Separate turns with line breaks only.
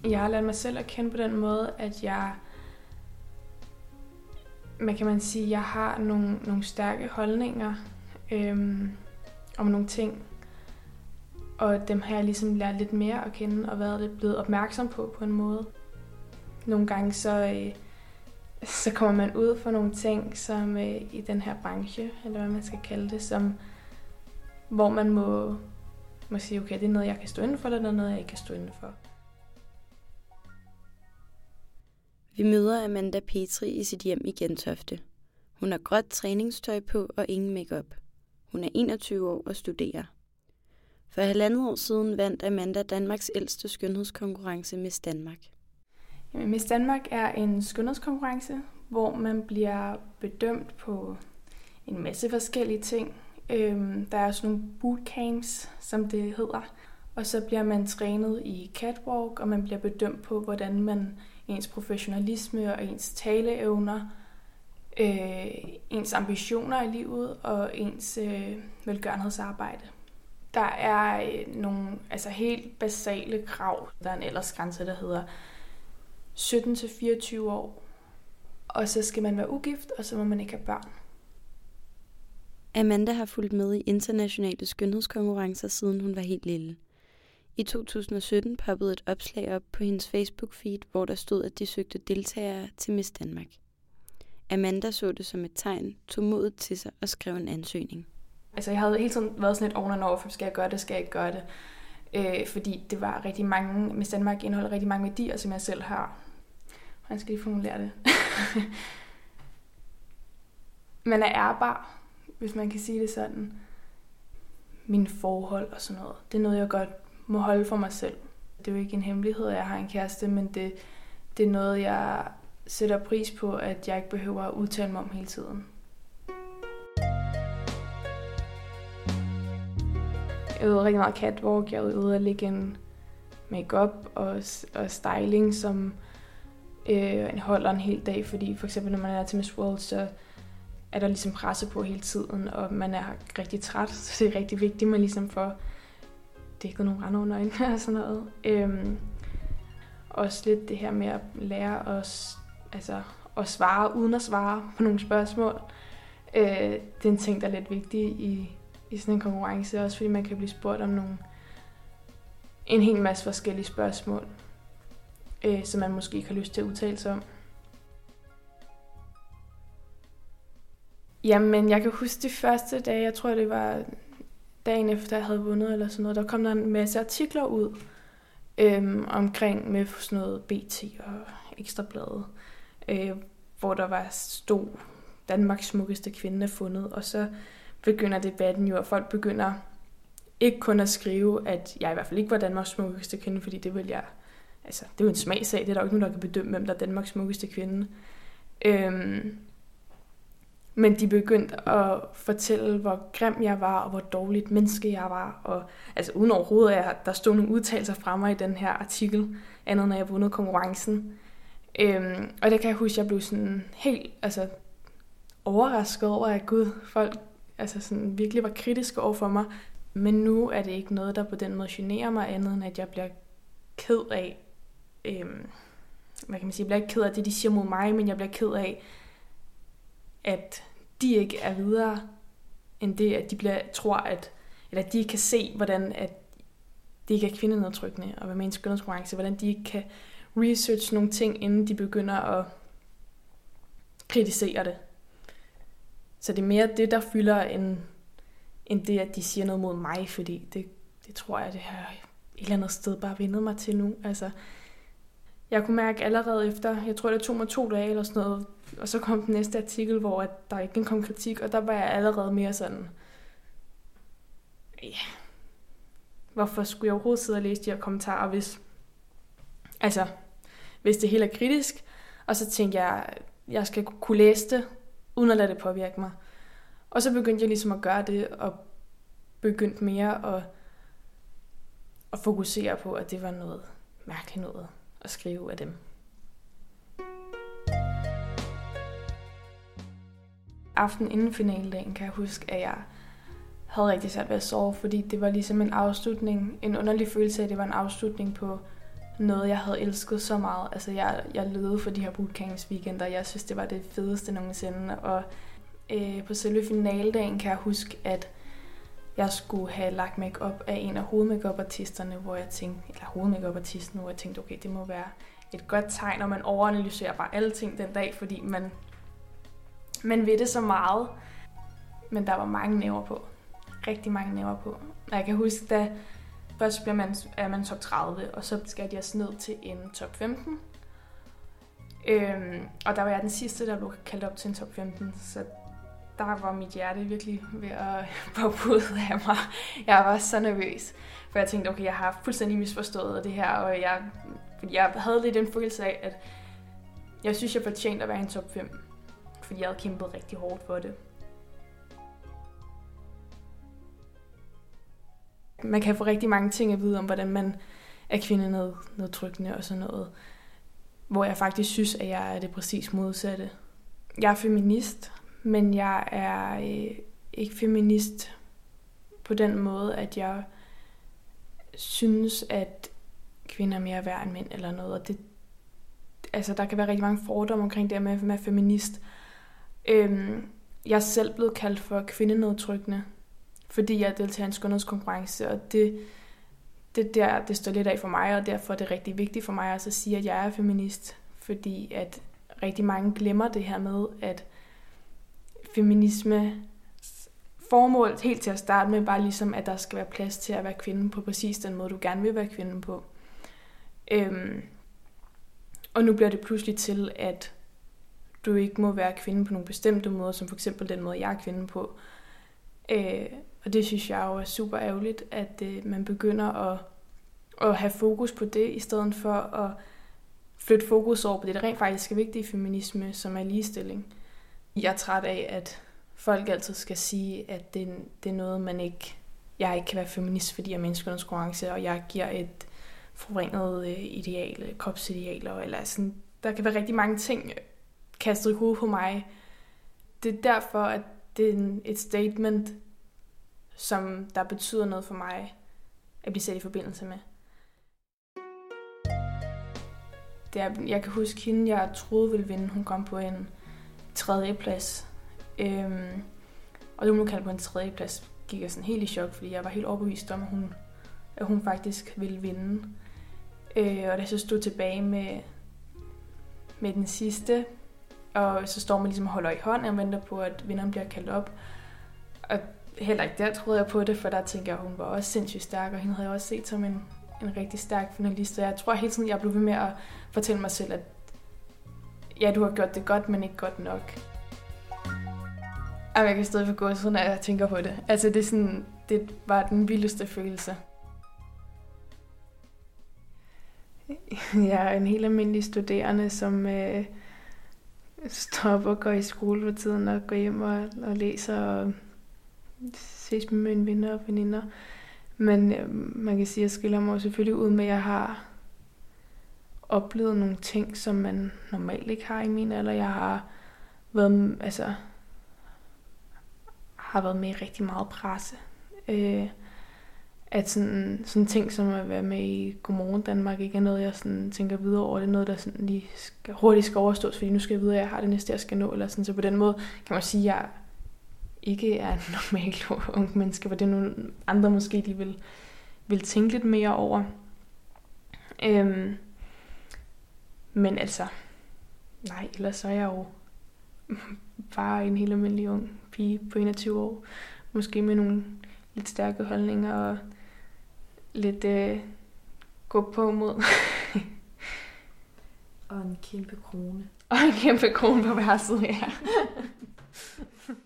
Jeg har lært mig selv at kende på den måde, at jeg har nogle stærke holdninger om nogle ting. Og dem har jeg ligesom lært lidt mere at kende og været lidt blevet opmærksom på en måde. Nogle gange så kommer man ud for nogle ting, som i den her branche, eller hvad man skal kalde det, hvor man må sige, okay, det er noget, jeg kan stå inden for, eller det er noget, jeg ikke kan stå inden for.
Vi møder Amanda Petri i sit hjem i Gentofte. Hun har gråt træningstøj på og ingen makeup. Hun er 21 år og studerer. For 1,5 år siden vandt Amanda Danmarks ældste skønhedskonkurrence Miss Danmark.
Jamen, Miss Danmark er en skønhedskonkurrence, hvor man bliver bedømt på en masse forskellige ting. Der er også nogle bootcamps, som det hedder. Og så bliver man trænet i catwalk, og man bliver bedømt på, hvordan ens professionalisme og ens taleevner, ens ambitioner i livet og ens velgørenhedsarbejde. Der er nogle helt basale krav. Der er en aldersgrænse, der hedder 17-24 år. Og så skal man være ugift, og så må man ikke have børn.
Amanda har fulgt med i internationale skønhedskonkurrencer, siden hun var helt lille. I 2017 poppede et opslag op på hendes Facebook-feed, hvor der stod, at de søgte deltagere til Miss Danmark. Amanda så det som et tegn, tog modet til sig og skrev en ansøgning.
Jeg havde hele tiden været sådan lidt oven og over, for skal jeg gøre det, skal jeg ikke gøre det. Fordi det var rigtig mange, Miss Danmark indeholder rigtig mange værdier, som jeg selv har. Hvordan skal lige formulere det? Man er ærbar, hvis man kan sige det sådan. Mine forhold og sådan noget, det er noget, jeg godt må holde for mig selv. Det er jo ikke en hemmelighed, at jeg har en kæreste, men det er noget, jeg sætter pris på, at jeg ikke behøver at udtale mig om hele tiden. Jeg øvede rigtig meget catwalk. Jeg øvede at lægge en make-up og styling, som holder en hel dag. Fordi for eksempel, når man er til Miss World, så er der ligesom presse på hele tiden, og man er rigtig træt. Så det er rigtig vigtigt, at man ligesom får dækket nogle rande under øjnene og sådan noget. Også lidt det her med at lære at svare uden at svare på nogle spørgsmål. Det er en ting, der er lidt vigtig i sådan en konkurrence, også fordi man kan blive spurgt om en hel masse forskellige spørgsmål, som man måske ikke har lyst til at udtale sig om. Jamen, jeg kan huske de første dage, jeg tror det var dagen efter jeg havde vundet eller sådan noget, der kom der en masse artikler ud omkring med sådan noget BT og Ekstrabladet, hvor der stod Danmarks smukkeste kvinde er fundet, og så begynder debatten jo, og folk begynder ikke kun at skrive, at jeg i hvert fald ikke var Danmarks smukkeste kvinde, fordi det vil jeg, det er jo en smagsag, det er der jo ikke nogen, der kan bedømme, hvem der er Danmarks smukkeste kvinde. Men de begyndte at fortælle, hvor grim jeg var, og hvor dårligt menneske jeg var. Og uden overhovedet, at der stod nogle udtalelser fra mig i den her artikel, andet når jeg vundet konkurrencen. Og det kan jeg huske, jeg blev sådan helt overrasket over, at folk sådan virkelig var kritiske over for mig. Men nu er det ikke noget, der på den måde generer mig, andet end at jeg bliver ked af, jeg bliver ikke ked af det, de siger mod mig, men jeg bliver ked af, at de ikke er videre end det, at de tror, eller de kan se, hvordan at det ikke er kvindenedtrykkende og være med i en skønhedskonkurrence, hvordan de ikke kan research nogle ting, inden de begynder at kritisere det. Så det er mere det, der fylder, end det, at de siger noget mod mig, fordi det tror jeg, det har et eller andet sted bare vendet mig til nu. Jeg kunne mærke allerede efter, jeg tror det tog mig 2 dage eller sådan noget, og så kom den næste artikel, hvor der ikke kom kritik, og der var jeg allerede mere sådan, hvorfor skulle jeg overhovedet sidde og læse de her kommentarer, hvis det hele er kritisk, og så tænkte jeg skal kunne læse det, uden at lade det påvirke mig. Og så begyndte jeg ligesom at gøre det, og begyndte mere at fokusere på, at det var noget mærkeligt noget at skrive af dem. Aften inden finaledagen kan jeg huske, at jeg havde rigtig svært ved at sove, fordi det var ligesom en afslutning, en underlig følelse af, at det var en afslutning på noget, jeg havde elsket så meget. Altså, jeg levede for de her bootcamps-weekender. Jeg synes, det var det fedeste nogensinde. Og på selve finaledagen kan jeg huske, at jeg skulle have lagt make-up af en af hovedmakeup-artisterne, hvor jeg tænkte, okay, det må være et godt tegn, når man overanalyserer bare alle ting den dag, fordi man ved det så meget. Men der var mange næver på. Rigtig mange næver på. Og jeg kan huske, da først er man top 30, og så skal de os ned til en top 15. Og der var jeg den sidste, der blev kaldt op til en top 15, så der var mit hjerte virkelig ved at poppe ud af mig. Jeg var så nervøs, for jeg tænkte, okay, jeg har fuldstændig misforstået det her, og jeg havde lidt en følelse af, at jeg synes, jeg fortjente at være i en top 5, fordi jeg havde kæmpet rigtig hårdt for det. Man kan få rigtig mange ting at vide om, hvordan man er kvindenedtrykkende og sådan noget, hvor jeg faktisk synes, at jeg er det præcis modsatte. Jeg er feminist, men jeg er ikke feminist på den måde, at jeg synes, at kvinder er mere værd end mænd eller noget. Og der kan være rigtig mange fordomme omkring det med at være feminist. Jeg er selv blevet kaldt for kvindenedtrykkende, fordi jeg deltager i en skønhedskonkurrence, og det står lidt af for mig, og derfor er det rigtig vigtigt for mig at sige, at jeg er feminist, fordi at rigtig mange glemmer det her med, at feminisme formål helt til at starte med bare ligesom, at der skal være plads til at være kvinde på præcis den måde, du gerne vil være kvinde på. Og nu bliver det pludselig til, at du ikke må være kvinde på nogle bestemte måder, som for eksempel den måde, jeg er kvinde på. Og det synes jeg jo er super ærgerligt, at man begynder at have fokus på det, i stedet for at flytte fokus over på det, der rent faktisk er vigtigt i feminisme, som er ligestilling. Jeg er træt af, at folk altid skal sige, at det er noget, jeg ikke kan være feminist, fordi jeg er menneskekonkurrence, og jeg giver et forvrænget ideal, kropsidealer, eller sådan. Der kan være rigtig mange ting kastet i hovedet på mig. Det er derfor, at det er et statement, som der betyder noget for mig, at blive sat i forbindelse med. Jeg kan huske hende, jeg troede ville vinde. Hun kom på en 3. plads. Og da hun kaldte på en 3. plads, gik jeg sådan helt i chok, fordi jeg var helt overbevist om, at hun faktisk ville vinde. Og da så stod tilbage med den sidste, og så står man ligesom og holder i hånden og venter på, at vinderen bliver kaldt op. Og heller ikke der troede jeg på det, for der tænker jeg, at hun var også sindssygt stærk, og hende havde jeg også set som en rigtig stærk finalist. Og jeg tror hele tiden, jeg blev ved med at fortælle mig selv, at ja, du har gjort det godt, men ikke godt nok. Og jeg kan stadig få gåsehud, når jeg tænker på det. Altså det var den vildeste følelse. Jeg er en helt almindelig studerende, som stopper og går i skole for tiden og går hjem og læser og ses med mine venner og veninder. Men man kan sige, at jeg skiller mig selvfølgelig ud med, at jeg har oplevet nogle ting, som man normalt ikke har i min alder. Jeg har været med i rigtig meget presse. At sådan ting som at være med i Godmorgen Danmark ikke er noget, jeg sådan tænker videre over. Det er noget, der sådan lige hurtigt skal overstås, fordi nu skal jeg vide, at jeg har det næste, jeg skal nå. Eller sådan. Så på den måde kan man sige, at jeg ikke er en normal ung menneske, hvor det er nogle andre måske, de vil tænke lidt mere over. Men altså, nej, ellers så er jeg jo bare en helt almindelig ung pige på 21 år. Måske med nogle lidt stærke holdninger og lidt gå på mod.
Og en kæmpe krone.
Og en kæmpe krone på hver side, ja.